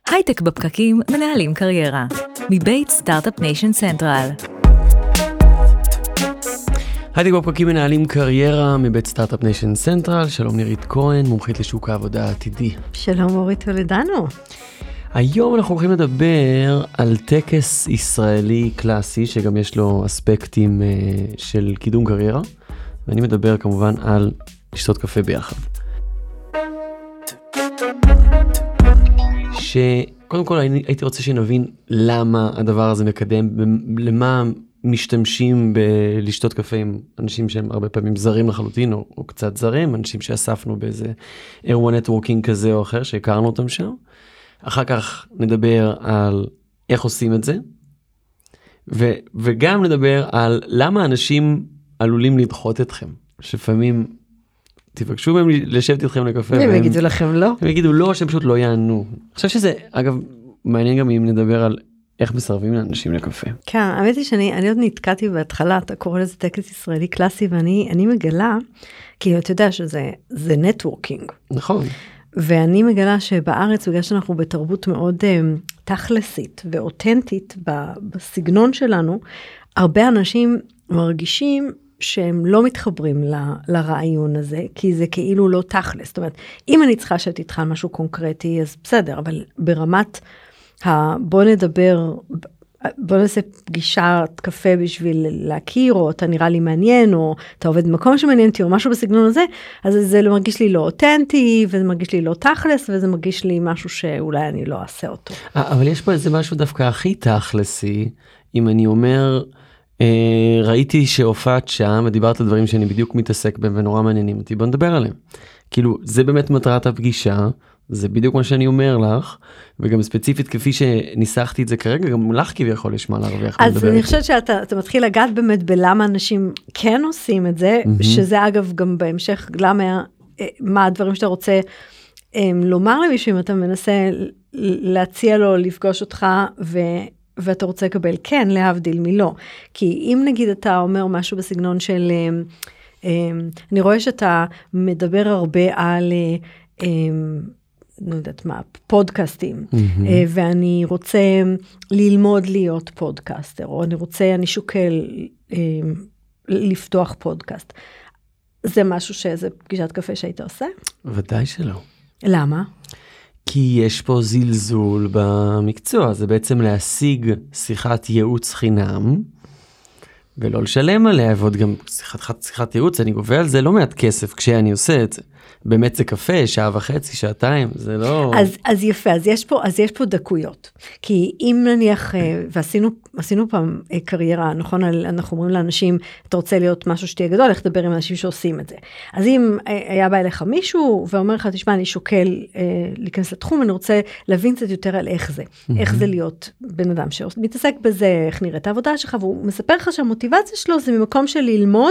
הייטק בפקקים מנהלים קריירה. מבית סטארט-אפ ניישן סנטרל. הייטק בפקקים מנהלים קריירה מבית סטארט-אפ ניישן סנטרל. שלום נירית כהן, מומחית לשוק העבודה העתידי. שלום אורית טולדנו. היום אנחנו הולכים לדבר על טקס ישראלי קלאסי, שגם יש לו אספקטים של קידום קריירה. ואני מדבר כמובן על לשתות קפה ביחד. שקודם כל הייתי רוצה שנבין למה הדבר הזה מקדם, למה משתמשים בלשתות קפה עם אנשים שהם הרבה פעמים זרים לחלוטין, או קצת זרים, אנשים שאספנו באיזה אירוע נטוורקינג כזה או אחר, שהכרנו אותם שם. אחר כך נדבר על איך עושים את זה, וגם נדבר על למה אנשים עלולים לדחות אתכם, שפעמים תבקשו מהם לשבת איתכם לקפה. והם יגידו לכם לא. הם יגידו לא, שהם פשוט לא יענו. אני חושב שזה, אגב, מעניין גם אם נדבר על איך מסרבים לאנשים לקפה. כן, האמת היא שאני עוד נתקעתי בהתחלה, אתה קורא לזה טקס ישראלי קלאסי, ואני מגלה, כי אתה יודע שזה נטוורקינג. נכון. ואני מגלה שבארץ, בגלל שאנחנו בתרבות מאוד תכלסית ואותנטית בסגנון שלנו, הרבה אנשים מרגישים שהם לא מתחברים לרעיון הזה, כי זה כאילו לא תכלס. זאת אומרת, אם אני צריכה שתתחל משהו קונקרטי, אז בסדר, אבל ברמת בוא נדבר, בוא נעשה פגישת קפה בשביל להכיר, או אתה נראה לי מעניין, או אתה עובד במקום שמעניין אותי, או משהו בסגנון הזה, אז זה מרגיש לי לא אותנטי, וזה מרגיש לי לא תכלס, וזה מרגיש לי משהו שאולי אני לא אעשה אותו. אבל יש פה איזה משהו דווקא הכי תכלסי, אם אני אומר, ראיתי שהופעת שם, ודיברת על דברים שאני בדיוק מתעסק בהם, ונורא מעניינים אותי, בוא נדבר עליהם. כאילו, זה באמת מטרת הפגישה, זה בדיוק מה שאני אומר לך, וגם ספציפית כפי שניסחתי את זה כרגע, גם לך כביכול יש מה להרוויח. אז אני חושבת שאתה מתחיל לגעת באמת בלמה אנשים כן עושים את זה, שזה אגב גם בהמשך, למה, מה הדברים שאתה רוצה לומר למישהו, אם אתה מנסה להציע לו לפגוש אותך, ואתה רוצה לקבל כן, להבדיל מלא. כי אם נגיד אתה אומר משהו בסגנון של, אני רואה שאתה מדבר הרבה על, לא יודעת מה, פודקאסטים, ואני רוצה ללמוד להיות פודקאסטר, או אני שוקל לפתוח פודקאסט. זה משהו שזה פגישת קפה שהיית עושה? ודאי שלא. למה? כי יש פה זלזול במקצוע, זה בעצם להשיג שיחת ייעוץ חינם, ולא לשלם עליה, ועוד גם שיחת ייעוץ, אני גובה על זה לא מעט כסף כשאני עושה את זה. באמת זה קפה, שעה וחצי, שעתיים, זה לא... אז יפה, אז יש פה דקויות. כי אם נניח, ועשינו פעם קריירה, נכון, אנחנו אומרים לאנשים, אתה רוצה להיות משהו שתהיה גדול, איך לדבר עם אנשים שעושים את זה. אז אם היה בא אליך מישהו, ואומר לך, תשמע, אני שוקל להיכנס לתחום, אני רוצה להבין קצת יותר על איך זה. איך זה להיות בן אדם שמתעסק בזה, איך נראית העבודה שלך, והוא מספר לך שהמוטיבציה שלו זה ממקום של ללמוד,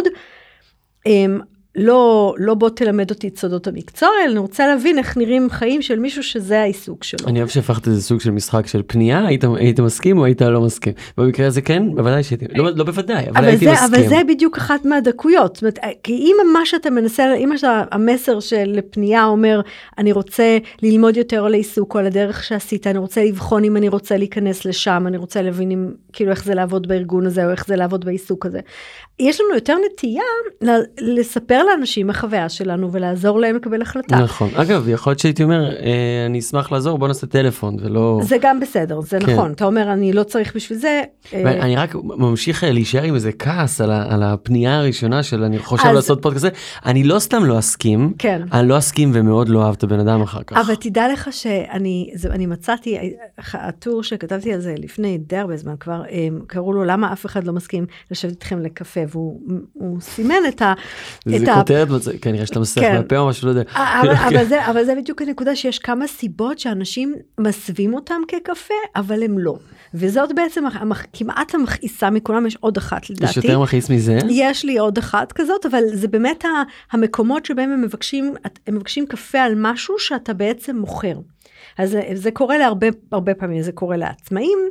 לא בוא תלמד אותי את סודות המקצוע, אלא אני רוצה להבין איך נראים חיים של מישהו שזה העיסוק שלו. אני אוהב שהפכת איזה סוג של משחק של פנייה, היית מסכים או היית לא מסכים? במקרה הזה כן, בוודאי שהייתי, לא בוודאי, אבל הייתי מסכים. אבל זה בדיוק אחת מהדקויות, זאת אומרת, כי אם מה שאתה מנסה, אם המסר של פנייה אומר, אני רוצה ללמוד יותר על העיסוק, או על הדרך שעשית, אני רוצה לבחון אם אני רוצה להיכנס לשם, אני רוצה להבין כאילו איך זה לעבוד בארגון הזה, או איך זה לעבוד בעיסוק הזה. יש לנו יותר נטייה לספר לאנשים החוויה שלנו ולעזור להם לקבל החלטה. נכון. אגב, יכול להיות שהייתי אומר, אני אשמח לעזור, בוא נעשה טלפון ולא... זה גם בסדר, זה נכון. אתה אומר, אני לא צריך בשביל זה. אני רק ממשיך להישאר עם איזה כעס על הפנייה הראשונה של אני חושב לעשות פודקאסט הזה. אני לא סתם לא אסכים, אני לא אסכים ומאוד לא אוהב את הבן אדם אחר כך. אבל תדע לך שאני מצאתי, הטור שכתבתי על זה לפני די הרבה זמן כבר, קראו לו למה אף אחד לא מסכים לשבת איתכם לקפה, והוא סימן את זה כותרת, כנראה שאתה מסך מהפה או משהו, לא יודע. אבל זה בדיוק הנקודה שיש כמה סיבות שאנשים מסווים אותם כקפה, אבל הם לא. וזאת בעצם כמעט המכעיסה מכולם, יש עוד אחת לדעתי. יש יותר מכעיס מזה? יש לי עוד אחת כזאת, אבל זה באמת המקומות שבהם הם מבקשים קפה על משהו שאתה בעצם מוכר. אז זה קורה להרבה פעמים, זה קורה לעצמאים,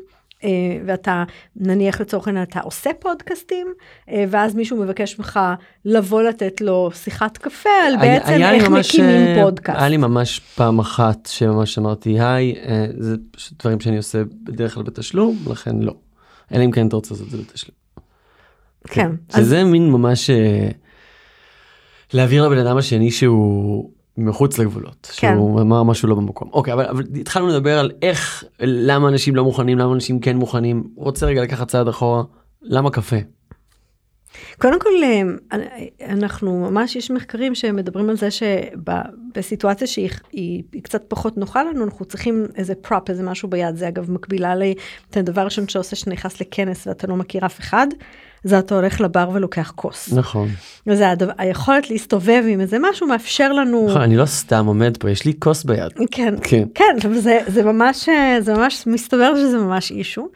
ואתה נניח לצורך העניין, אתה עושה פודקאסטים, ואז מישהו מבקש ממך לבוא לתת לו שיחת קפה, על בעצם איך מקימים פודקאסט. היה לי ממש פעם אחת שממש אמרתי, היי, זה פשוט דברים שאני עושה בדרך כלל בתשלום, לכן לא. אלא אם כן אתה רוצה לעשות את זה בתשלום. כן. שזה מין ממש להעביר לבן אדם השני שהוא מחוץ לגבולות, שהוא אמר משהו לא במקום. אוקיי, אבל התחלנו לדבר על איך, למה אנשים לא מוכנים, למה אנשים כן מוכנים. רוצה רגע לקחת צעד אחורה, למה קפה? קודם כל, אנחנו ממש, יש מחקרים שמדברים על זה שבסיטואציה שהיא קצת פחות נוחה לנו, אנחנו צריכים איזה פרופ, איזה משהו ביד. זה אגב מקבילה את הדבר הראשון שעושה שנכנס לכנס ואתה לא מכיר אף אחד, זה אתה הולך לבר ולוקח כוס. נכון. וזה היכולת להסתובב עם איזה משהו מאפשר לנו... נכון, אני לא סתם עומד פה, יש לי כוס ביד. כן, כן, זה ממש מסתבר שזה ממש אישו.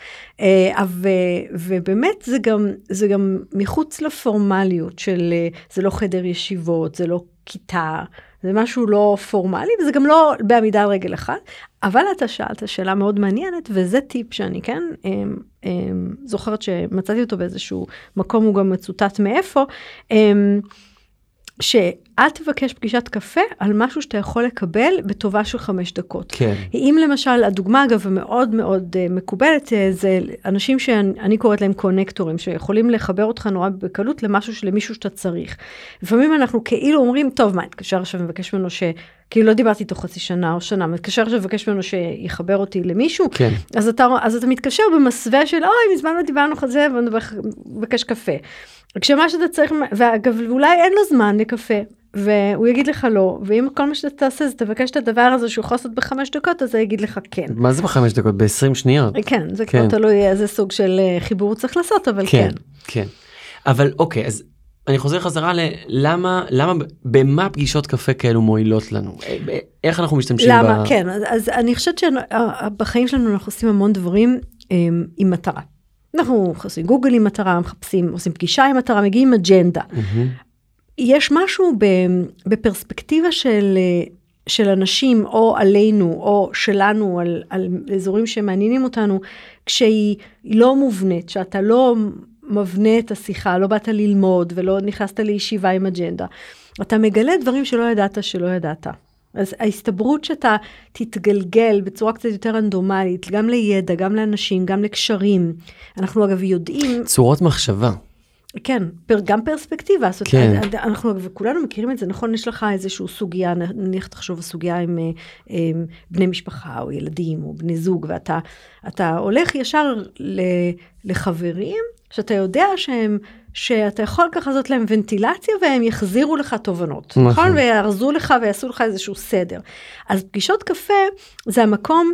ובאמת זה גם מחוץ לפורמליות של, זה לא חדר ישיבות, זה לא כיתה, זה משהו לא פורמלי, וזה גם לא בעמידה על רגל אחד, אבל אתה שאלת שאלה מאוד מעניינת, וזה טיפ שאני כן זוכרת שמצאתי אותו באיזשהו מקום, הוא גם מצוטט מאיפה, שאל תבקש פגישת קפה על משהו שאתה יכול לקבל בטובה של 5 דקות. כן. אם למשל, הדוגמה אגב מאוד מאוד מקובלת, זה אנשים שאני קוראת להם קונקטורים, שיכולים לחבר אותך נורא בקלות למישהו שאתה צריך. לפעמים אנחנו כאילו אומרים, טוב, מה, התקשר עכשיו מבקש ממנו כאילו לא דיברתי איתו חצי שנה או שנה, מתקשר עכשיו מבקש ממנו שיחבר אותי למישהו, כן. אז אתה מתקשר במסווה של, אוי, מזמן לא דיברנו חזה, ובקש קפה. כשמה שאתה צריך, ואגב, אולי אין לו זמן לקפה, והוא יגיד לך לא, ואם כל מה שאתה תעשה, זה תבקש את הדבר הזה שהוא יכול לעשות ב5 דקות, אז הוא יגיד לך כן. מה זה ב5 דקות? ב20 שניות? כן, זה כבר תלוי איזה סוג של חיבור צריך לעשות, אבל כן. כן. אבל אוקיי, אז אני חוזר חזרה למה, במה פגישות קפה כאלו מועילות לנו? איך אנחנו משתמשים למה? כן, אז אני חושבת שבחיים שלנו אנחנו עושים המון דברים עם מטרה. אנחנו עושים גוגל עם מטרה, מחפשים, עושים פגישה עם מטרה, מגיעים עם אג'נדה. יש משהו בפרספקטיבה של אנשים, או עלינו, או שלנו, על אזורים שמעניינים אותנו, כשהיא לא מובנית, שאתה לא מבנה את השיחה, לא באת ללמוד, ולא נכנסת לישיבה עם אג'נדה. אתה מגלה דברים שלא ידעת. אז ההסתברות שאתה תתגלגל בצורה קצת יותר רנדומלית, גם לידע, גם לאנשים, גם לקשרים. אנחנו אגב יודעים... צורות מחשבה. כן, גם פרספקטיבה. כן. אנחנו וכולנו מכירים את זה, נכון? יש לך איזושהי סוגיה, נניח תחשוב הסוגיה עם בני משפחה, או ילדים, או בני זוג, ואתה הולך ישר לחברים, שאתה יודע שאתה יכול ככה לעשות להם ונטילציה, והם יחזירו לך תובנות. נכון? ויארזו לך ויעשו לך איזשהו סדר. אז פגישות קפה זה המקום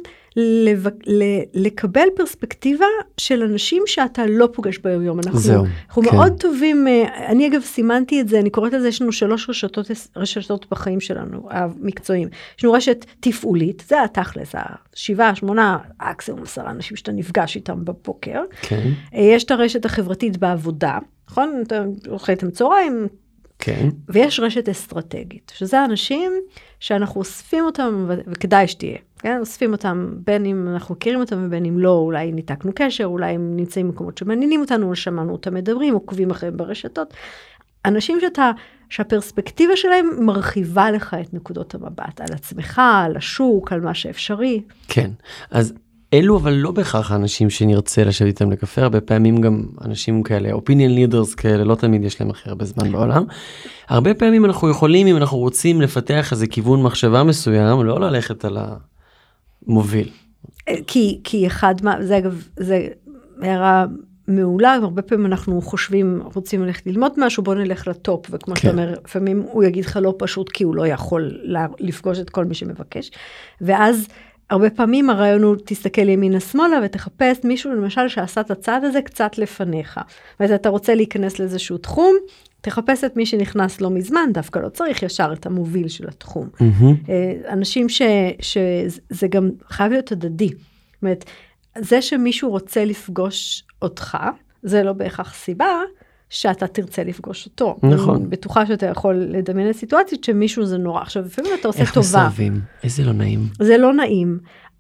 לקבל פרספקטיבה של אנשים שאתה לא פוגש ביום. אנחנו מאוד טובים, אני אגב סימנתי את זה, אני קוראת לזה, יש לנו 3 רשתות בחיים שלנו, המקצועיים. יש לנו רשת תפעולית, זה התכלס, 7, 8, אקסימום 10 אנשים שאתה נפגש איתם בבוקר. כן. יש את הרשת החברתית בעבודה, נכון? אתה אוכל איתם צהריים. כן. ויש רשת אסטרטגית, שזה אנשים שאנחנו אוספים אותם, וכדאי שתהיה, כן? אוספים אותם, בין אם אנחנו מכירים אותם, ובין אם לא, אולי ניתקנו קשר, אולי הם נמצאים במקומות שמעניינים אותנו, או שמענו אותם מדברים, עוקבים אחריהם ברשתות. אנשים שהפרספקטיבה שלהם מרחיבה לך את נקודות המבט, על עצמך, על השוק, על מה שאפשרי. כן, אז אלו אבל לא בהכרח האנשים שנרצה לשבת איתם לקפה, הרבה פעמים גם אנשים כאלה, opinion leaders כאלה, לא תמיד יש להם הכי הרבה זמן בעולם. הרבה פעמים אנחנו יכולים, אם אנחנו רוצים לפתח איזה כיוון מחשבה מסוים, לא ללכת על המוביל. כי אחד, זה אגב, זה הערה מעולה, הרבה פעמים אנחנו חושבים, רוצים ללכת ללמוד משהו, בוא נלך לטופ, וכמו שאתה אומר, לפעמים הוא יגיד לך לא פשוט, כי הוא לא יכול לפגוש את כל מי שמבקש, ואז הרבה פעמים הרעיון הוא, תסתכל ימינה שמאלה ותחפש מישהו, למשל, שעשה את הצעד הזה קצת לפניך. ואז אתה רוצה להיכנס לאיזשהו תחום, תחפש את מי שנכנס לא מזמן, דווקא לא צריך ישר את המוביל של התחום. אנשים שזה גם חייב להיות הדדי. זאת אומרת, זה שמישהו רוצה לפגוש אותך, זה לא בהכרח סיבה, שאתה תרצה לפגוש אותו. נכון. אני בטוחה שאתה יכול לדמיין לסיטואציות שמישהו זה נורא. עכשיו, לפעמים אתה עושה איך טובה. מסרבים? איזה לא נעים. זה לא נעים,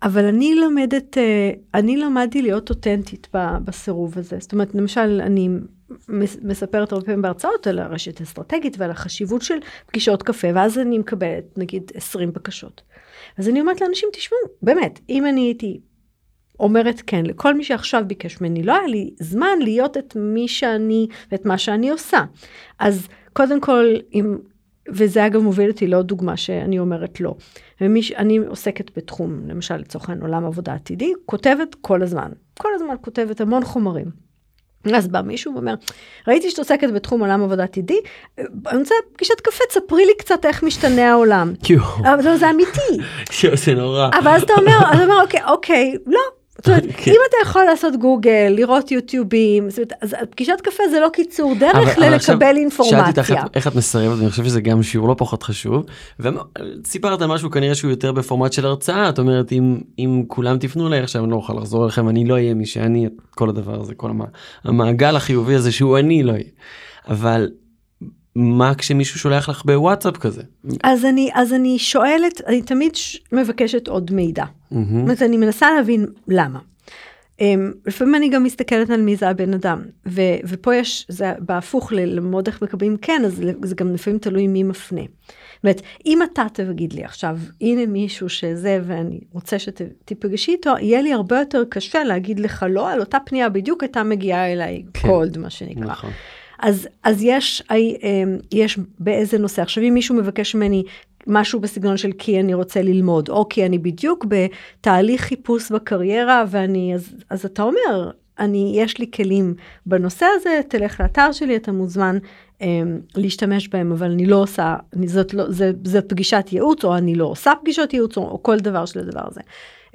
אבל אני למדתי להיות אותנטית בסירוב הזה. זאת אומרת, למשל, אני מספרת הרבה פעמים בהרצאות על הרשת אסטרטגית ועל החשיבות של פגישות קפה, ואז אני מקבלת, נגיד, 20 בקשות. אז אני אומרת לאנשים, תשמעו, באמת, אם אני הייתי אומרת כן, לכל מי שעכשיו ביקש ממני, לא היה לי זמן להיות את מי שאני ואת מה שאני עושה. אז קודם כל, וזה אגב מוביל אותי לעוד דוגמה שאני אומרת לא. אני עוסקת בתחום, למשל לצורך עולם עבודה עתידי, כותבת כל הזמן כותבת המון חומרים. אז בא מישהו ואומר, ראיתי שאת עוסקת בתחום עולם עבודה עתידי, אני רוצה פגישת קפה, תספרי לי קצת איך משתנה העולם. אבל זה אמיתי. זה נורא. אבל אז אתה אומר, אוקיי, לא. זאת אומרת, אם אתה יכול לעשות גוגל, לראות יוטיובים, אז פגישת קפה זה לא קיצור דרך לקבל אינפורמציה. שאלתי אותך איך את מסרבת, אני חושב שזה גם שיעור לא פחות חשוב, וסיפרת משהו כנראה שהוא יותר בפורמט של הרצאה, את אומרת, אם כולם תפנו אליי, עכשיו אני לא אוכל לחזור אליכם, אני לא אהיה מי שאני, כל הדבר הזה, כל המעגל החיובי הזה שהוא אני לא אהיה. אבל מה כשמישהו שולח לך בוואטסאפ כזה? אז אני שואלת, אני תמיד מבקשת עוד מידע. זאת אומרת, אני מנסה להבין למה. לפעמים אני גם מסתכלת על מי זה הבן אדם, ופה יש, זה בהפוך ללמוד איך מקבלים כן, אז זה גם לפעמים תלוי מי מפנה. זאת אומרת, אם אתה תגיד לי עכשיו, הנה מישהו שזה, ואני רוצה שתיפגשי איתו, יהיה לי הרבה יותר קשה להגיד לך לא, על אותה פנייה בדיוק הייתה מגיעה אליי קולד, מה שנקרא. נכון. אז יש באיזה נושא, עכשיו אם מישהו מבקש ממני משהו בסגנון של כי אני רוצה ללמוד, או כי אני בדיוק בתהליך חיפוש בקריירה, אז אתה אומר, יש לי כלים בנושא הזה, תלך לאתר שלי, אתה מוזמן להשתמש בהם, אבל אני לא עושה, זאת פגישת ייעוץ, או אני לא עושה פגישות ייעוץ, או כל דבר של הדבר הזה.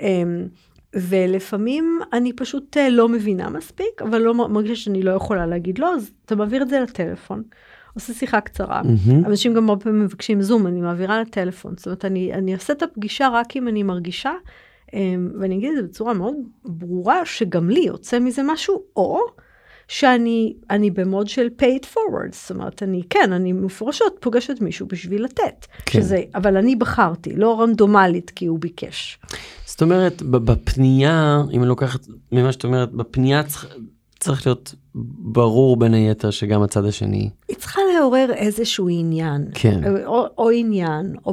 ולפעמים אני פשוט לא מבינה מספיק, אבל לא מרגישה שאני לא יכולה להגיד לא, אז אתה מעביר את זה לטלפון, עושה שיחה קצרה. אנשים גם הרבה פעמים מבקשים זום, אני מעבירה לטלפון, זאת אומרת, אני אעשה את הפגישה רק אם אני מרגישה, ואני אגיד את זה בצורה מאוד ברורה, שגם לי יוצא מזה משהו, או שאני במוד של pay it forward, זאת אומרת, אני מפורשות פוגשת מישהו בשביל לתת, אבל אני בחרתי, לא רנדומלית כי הוא ביקש. זאת אומרת, בפנייה, אם אני לוקחת ממה שאת אומרת, בפנייה צריך להיות ברור בין היתר שגם הצד השני. היא צריכה לעורר איזשהו עניין, כן. או עניין, או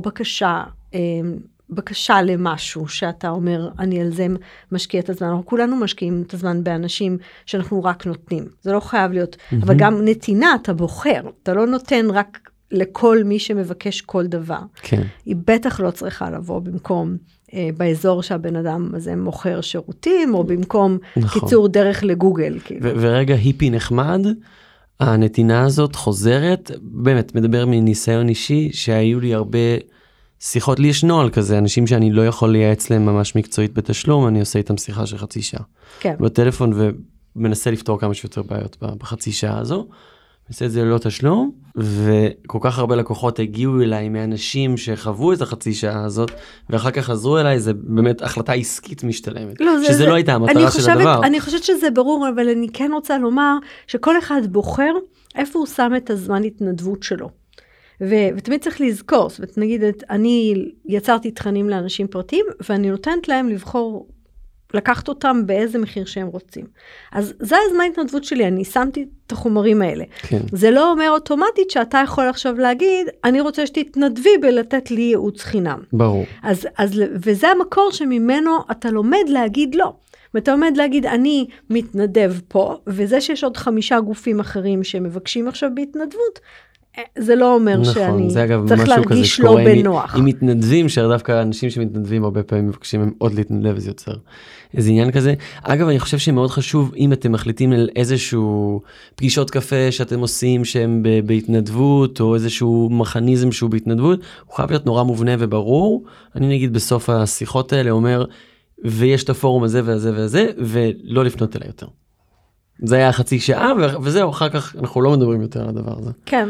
בקשה למשהו שאתה אומר, אני על זה משקיע את הזמן, אנחנו כולנו משקיעים את הזמן באנשים שאנחנו רק נותנים, זה לא חייב להיות, אבל גם נתינה, אתה בוחר, אתה לא נותן רק לכל מי שמבקש כל דבר. כן. היא בטח לא צריכה לבוא במקום באזור שהבן אדם הזה מוכר שירותים, או במקום קיצור דרך לגוגל. ורגע היפי נחמד, הנתינה הזאת חוזרת, באמת מדבר מניסיון אישי, שהיו לי הרבה שיחות, לי יש נועל כזה, אנשים שאני לא יכול לייעץ להם ממש מקצועית בתשלום, אני עושה איתם שיחה של חצי שעה. כן. בטלפון ומנסה לפתור כמה שיותר בעיות בחצי שעה הזו. עושה את זה ללא תשלום, וכל כך הרבה לקוחות הגיעו אליי מאנשים שחוו את החצי שעה הזאת, ואחר כך חזרו אליי, זה באמת החלטה עסקית משתלמת. שזה לא הייתה המטרה של הדבר. אני חושבת שזה ברור, אבל אני כן רוצה לומר, שכל אחד בוחר איפה הוא שם את הזמן התנדבות שלו. ותמיד צריך לזכור, זאת אומרת, נגיד, אני יצרתי תכנים לאנשים פרטיים, ואני נותנת להם לבחור לקחת אותם באיזה מחיר שהם רוצים. אז זה הזמן התנדבות שלי, אני שמתי את החומרים האלה. כן. זה לא אומר אוטומטית שאתה יכול עכשיו להגיד, אני רוצה שתתנדבי בלתת לי ייעוץ חינם. ברור. וזה המקור שממנו אתה לומד להגיד לא. ואתה עומד להגיד, אני מתנדב פה, וזה שיש עוד 5 גופים אחרים שמבקשים עכשיו בהתנדבות, זה לא אומר שאני צריך להרגיש לא בנוח. אם מתנדבים, שדווקא אנשים שמתנדבים הרבה פעמים מבקשים הם עוד להתנדב, וזה יוצר איזה עניין כזה. אגב, אני חושב שמאוד חשוב, אם אתם מחליטים על איזשהו פגישות קפה שאתם עושים שהם בהתנדבות, או איזשהו מכניזם שהוא בהתנדבות, הוא חייב להיות נורא מובנה וברור. אני נגיד בסוף השיחות האלה אומר, ויש את הפורום הזה וזה וזה, ולא לפנות אליי יותר. זה היה חצי שעה, וזהו, אחר כך אנחנו לא מדברים יותר על הדבר הזה. כן.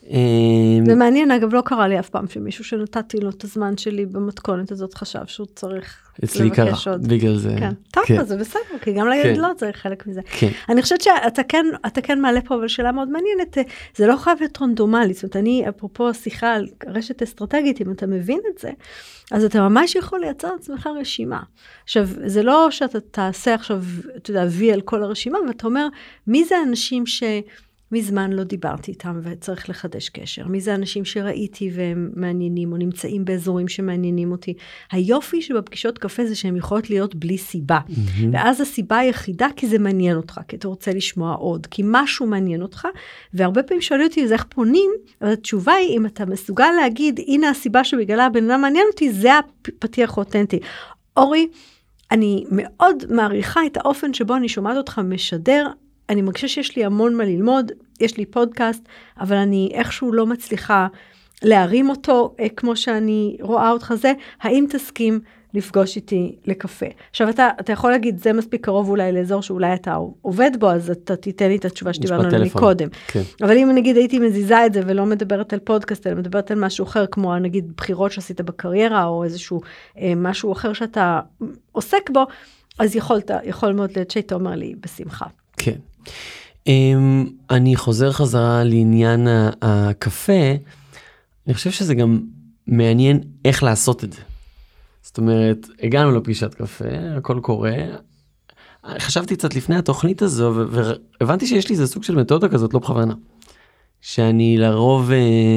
זה מעניין, אגב, לא קרה לי אף פעם שמישהו שנתתי לו את הזמן שלי במתכונת הזאת חשב שהוא צריך אצלי קרה, בגלל זה. כן, טוב, אז זה בסדר, כי גם להגיד לא צריך חלק מזה. אני חושבת שאתה כן מעלה פה, אבל שאלה מאוד מעניינת, זה לא חייב להיות רנדומלי, זאת אומרת, אני, אפרופו שיחה על רשת אסטרטגית, אם אתה מבין את זה, אז אתה ממש יכול לייצר לעצמך רשימה. עכשיו, זה לא שאתה תעשה עכשיו, אתה יודע, וי על כל הרשימה, ואתה אומר, מי זה האנשים מזמן לא דיברתי איתם וצריך לחדש קשר. מי זה אנשים שראיתי והם מעניינים או נמצאים באזורים שמעניינים אותי. היופי שבפגישות קפה זה שהם יכולות להיות בלי סיבה. ואז הסיבה היחידה כי זה מעניין אותך, כי אתה רוצה לשמוע עוד, כי משהו מעניין אותך, והרבה פעמים שואלים אותי איך פונים, אבל התשובה היא אם אתה מסוגל להגיד, הנה הסיבה שבגללה הבן אדם מעניין אותי, זה הפתיח אותנטי. אורי, אני מאוד מעריכה את האופן שבו אני שומעת אותך משדר, אני מרגישה שיש לי המון מה ללמוד, יש לי פודקאסט, אבל אני איכשהו לא מצליחה להרים אותו, כמו שאני רואה אותך זה, האם תסכים לפגוש איתי לקפה? עכשיו, אתה יכול להגיד, זה מספיק קרוב אולי לאזור שאולי אתה עובד בו, אז אתה תיתן לי את התשובה שדיברנו עליה מקודם. כן. אבל אם נגיד הייתי מזיזה את זה, ולא מדברת על פודקאסט, אלא מדברת על משהו אחר, כמו נגיד בחירות שעשית בקריירה, או איזשהו משהו אחר שאתה עוסק בו, אז יכול מאוד להיות שהיית אומר לי בשמחה. כן. אני חוזר חזרה לעניין הקפה, אני חושב שזה גם מעניין איך לעשות את זה. זאת אומרת, הגענו לפגישת קפה, הכל קורה, חשבתי קצת לפני התוכנית הזו, והבנתי שיש לי איזה סוג של מתודה כזאת, לא בכוונה. שאני לרוב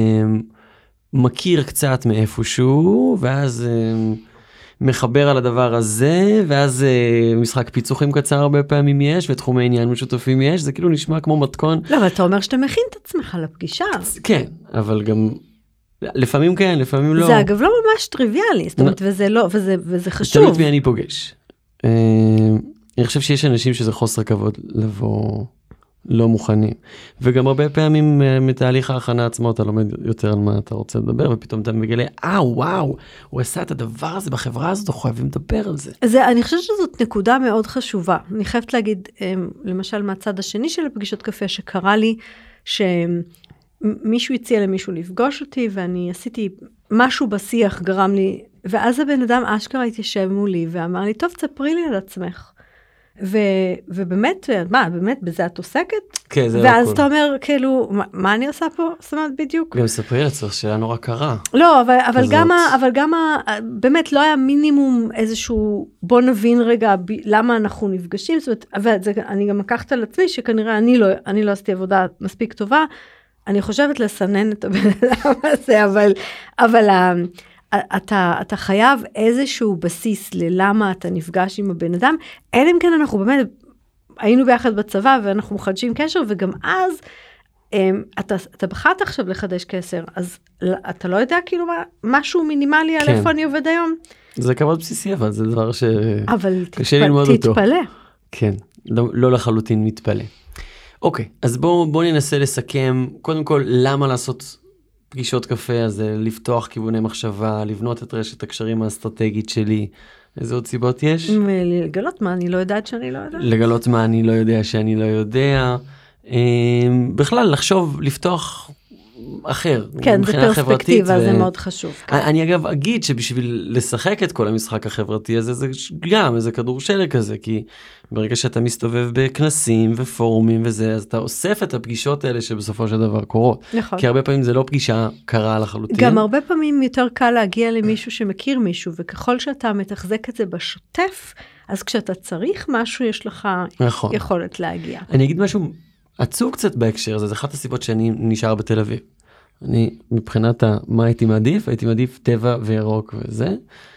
מכיר קצת מאיפשהו, ואז מחבר על הדבר הזה, ואז משחק פיצוחים קצר הרבה פעמים יש, ותחומי עניין משותפים יש, זה כאילו נשמע כמו מתכון. לא, אבל אתה אומר שאתה מכין את עצמך לפגישה. כן, אבל גם לפעמים כן, לפעמים לא. זה אגב לא ממש טריוויאלי, זאת אומרת, וזה חשוב. תלוי מי אני פוגש. אני חושב שיש אנשים שזה חוסר כבוד לבוא לא מוכנים. וגם הרבה פעמים מתהליך ההכנה עצמו אתה לומד יותר על מה אתה רוצה לדבר, ופתאום אתה מגלה, וואו, הוא עשה את הדבר הזה בחברה הזאת, אנחנו חייבים לדבר על זה. אני חושבת שזאת נקודה מאוד חשובה. אני חייבת להגיד, למשל מהצד השני של הפגישות קפה, שקרה לי שמישהו הציע למישהו לפגוש אותי, ואני עשיתי משהו בשיח גרם לי, ואז הבן אדם אשכרה התיישב מולי, ואמר לי, טוב, תספרי לי על עצמך. ובאמת, באמת בזה את עוסקת? כן, זה ואז אתה אומר, כאילו, מה אני עושה פה? זאת אומרת, בדיוק. גם ספרי לעצמך, שאלה נורא קרה. לא, אבל גם, באמת לא היה מינימום איזשהו, בוא נבין רגע, למה אנחנו נפגשים, זאת אומרת, אני גם לקחת על עצמי, שכנראה אני לא עשיתי עבודה מספיק טובה, אני חושבת לסנן את הבן אדם הזה, אבל אתה חייב איזשהו בסיס ללמה אתה נפגש עם הבן אדם, אלא אם כן אנחנו באמת היינו ביחד בצבא ואנחנו מחדשים קשר, וגם אז אתה בחרת עכשיו לחדש קשר, אז אתה לא יודע כאילו משהו מינימלי על איפה אני עובד היום. זה כבוד בסיסי, אבל זה דבר שקשה ללמוד אותו. אבל תתפלא. כן, לא לחלוטין מתפלא. אוקיי, אז בואו ננסה לסכם, קודם כל, למה לעשות פגישות קפה, אז לפתוח כיווני מחשבה, לבנות את רשת הקשרים האסטרטגית שלי. איזה עוד סיבות יש? לגלות מה אני לא יודעת שאני לא יודעת. לגלות מה אני לא יודע שאני לא יודע. בכלל, לחשוב, לפתוח אחר. כן, זה פרספקטיבה, זה מאוד חשוב. אני אגב אגיד שבשביל לשחק את כל המשחק החברתי הזה, זה גם איזה כדור שלג כזה, כי ברגע שאתה מסתובב בכנסים ופורומים וזה, אז אתה אוסף את הפגישות האלה שבסופו של דבר קורות. נכון. כי הרבה פעמים זה לא פגישה קרה לחלוטין. גם הרבה פעמים יותר קל להגיע למישהו שמכיר מישהו, וככל שאתה מתחזק את זה בשוטף, אז כשאתה צריך משהו, יש לך יכולת להגיע. אני אגיד משהו עצוב קצת בהקשר הזה, זה אחת הסיבות שאני נשאר בתל אביב. אני מבחינת מה הייתי מעדיף טבע וירוק וזה,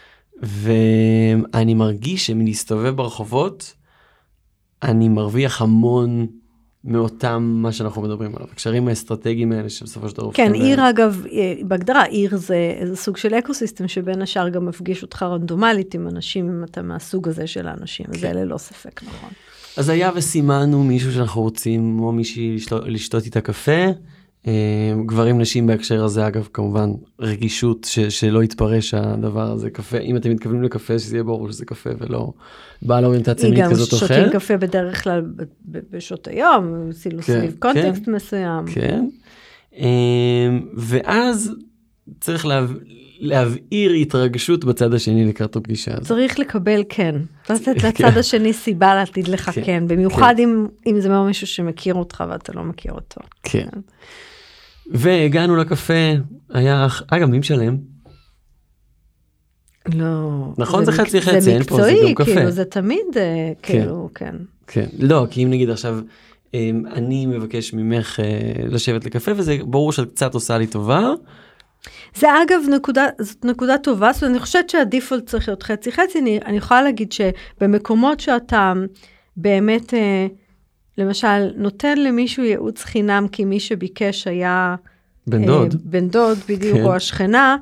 ואני מרגיש שמלהסתובב ברחובות, אני מרוויח המון מאותם מה שאנחנו מדברים עליו, הקשרים האסטרטגיים האלה שבסופו של דבר. כן, עיר אגב, בהגדרה, עיר זה איזה סוג של אקוסיסטם, שבין השאר גם מפגיש אותך רנדומלית עם אנשים, אם אתה מהסוג הזה של האנשים, כן. זה ללא ספק, נכון. אז היה וסימנו מישהו שאנחנו רוצים, או מישהי לשתות איתה קפה, גברים נשים בהקשר הזה, אגב, כמובן, רגישות שלא יתפרש הדבר הזה, קפה, אם אתם מתכוונים לקפה, שזה יהיה ברור שזה קפה, ולא בעל אוריינטציה מינית כזאת או אחרת. גם שותים קפה בדרך כלל בשעות היום, סביב קונטקסט מסוים. כן. ואז צריך להבעיר התרגשות בצד השני לקראת הפגישה הזאת. צריך לקבל כן. לתת לצד השני סיבה להגיד לך כן. במיוחד אם זה לא מישהו שמכיר אותך ואתה לא מכיר אותו. כן. והגענו לקפה, היה, אגב, מי משלם? לא. נכון, זה חצי חצי, זה אין פה, זה גם מקצועי, קפה. כאילו, זה תמיד, כאילו, כן. כן, לא, כי אם נגיד עכשיו, אני מבקש ממך לשבת לקפה, וזה ברור שאת קצת עושה לי טובה. זה אגב זאת נקודה טובה, זאת אומרת, אני חושבת שהדיפולט צריך להיות חצי חצי, אני יכולה להגיד שבמקומות שאתה באמת, למשל, נותן למישהו ייעוץ חינם, כי מי שביקש היה בן דוד בדיוק, או השכנה,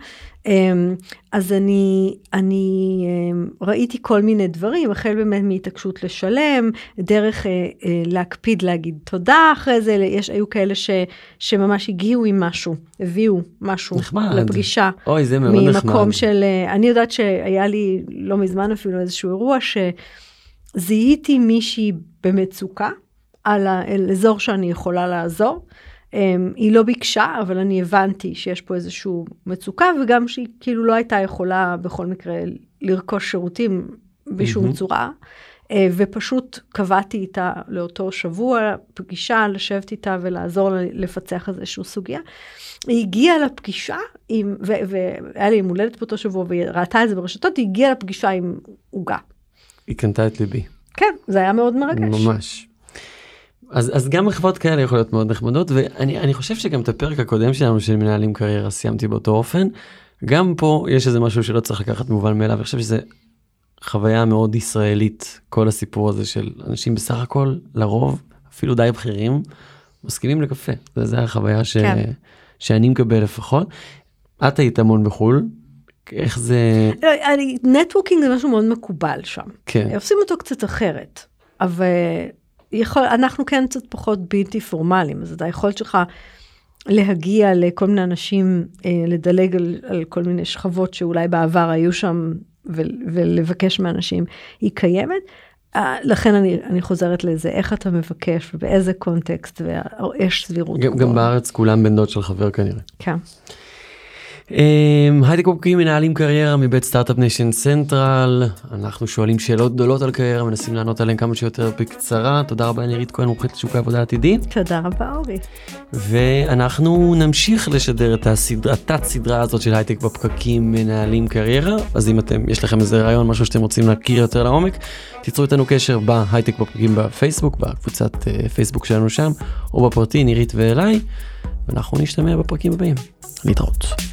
אז אני ראיתי כל מיני דברים, החל באמת מהתעקשות לשלם, דרך להקפיד להגיד תודה אחרי זה, היו כאלה שממש הגיעו עם משהו, הביאו משהו לפגישה. אוי, זה מאוד נחמד. ממקום של, אני יודעת שהיה לי לא מזמן אפילו איזשהו אירוע, שזיהיתי מישהי במצוקה, על האזור שאני יכולה לעזור, היא לא ביקשה, אבל אני הבנתי שיש פה איזשהו מצוקה, וגם שהיא כאילו לא הייתה יכולה בכל מקרה לרכוש שירותים בשום צורה, ופשוט קבעתי איתה לאותו שבוע, פגישה, לשבת איתה ולעזור לפצח איזשהו סוגיה. היא הגיעה לפגישה, והיה לי עם הולדת באותו שבוע, והיא ראתה את זה ברשתות, היא הגיעה לפגישה עם עוגה. היא קנתה את ליבי. כן, זה היה מאוד מרגש. ממש. אז גם מחוות כאלה יכולות להיות מאוד נחמדות, ואני חושב שגם את הפרק הקודם שלנו של מנהלים קריירה סיימתי באותו אופן, גם פה יש איזה משהו שלא צריך לקחת מובן מאליו, אני חושב שזה חוויה מאוד ישראלית, כל הסיפור הזה של אנשים בסך הכל, לרוב, אפילו די בכירים, מסכימים לקפה, זה החוויה שאני מקבל לפחות. את היית המון בחול, איך זה... נטוורקינג זה משהו מאוד מקובל שם, כן. עושים אותו קצת אחרת, אבל... אנחנו כן קצת פחות בלתי פורמליים, אז אתה יכול שלך להגיע לכל מיני אנשים, לדלג על כל מיני שכבות שאולי בעבר היו שם, ולבקש מאנשים, היא קיימת. לכן אני חוזרת לזה, איך אתה מבקש, ובאיזה קונטקסט, ויש סבירות. גם בארץ כולם בן דוד של חבר כנראה. כן. הייטק פופקים מנהלים קריירה מבית סטארט-אפ ניישן סנטרל, אנחנו שואלים שאלות גדולות על קריירה, מנסים לענות עליהן כמה שיותר בקצרה. תודה רבה נירית כהן, מומחית לשוק העבודה העתידי. תודה רבה אורי. ואנחנו נמשיך לשדר את התת סדרה הזאת של הייטק בפקקים מנהלים קריירה, אז אם יש לכם איזה רעיון, משהו שאתם רוצים להכיר יותר לעומק, תיצרו איתנו קשר בהייטק בפקקים בפייסבוק, בקבוצת פייסבוק שלנו שם, או בפרטי נירית ואליי, ואנחנו נשתמע בפרקים הבאים. להתראות.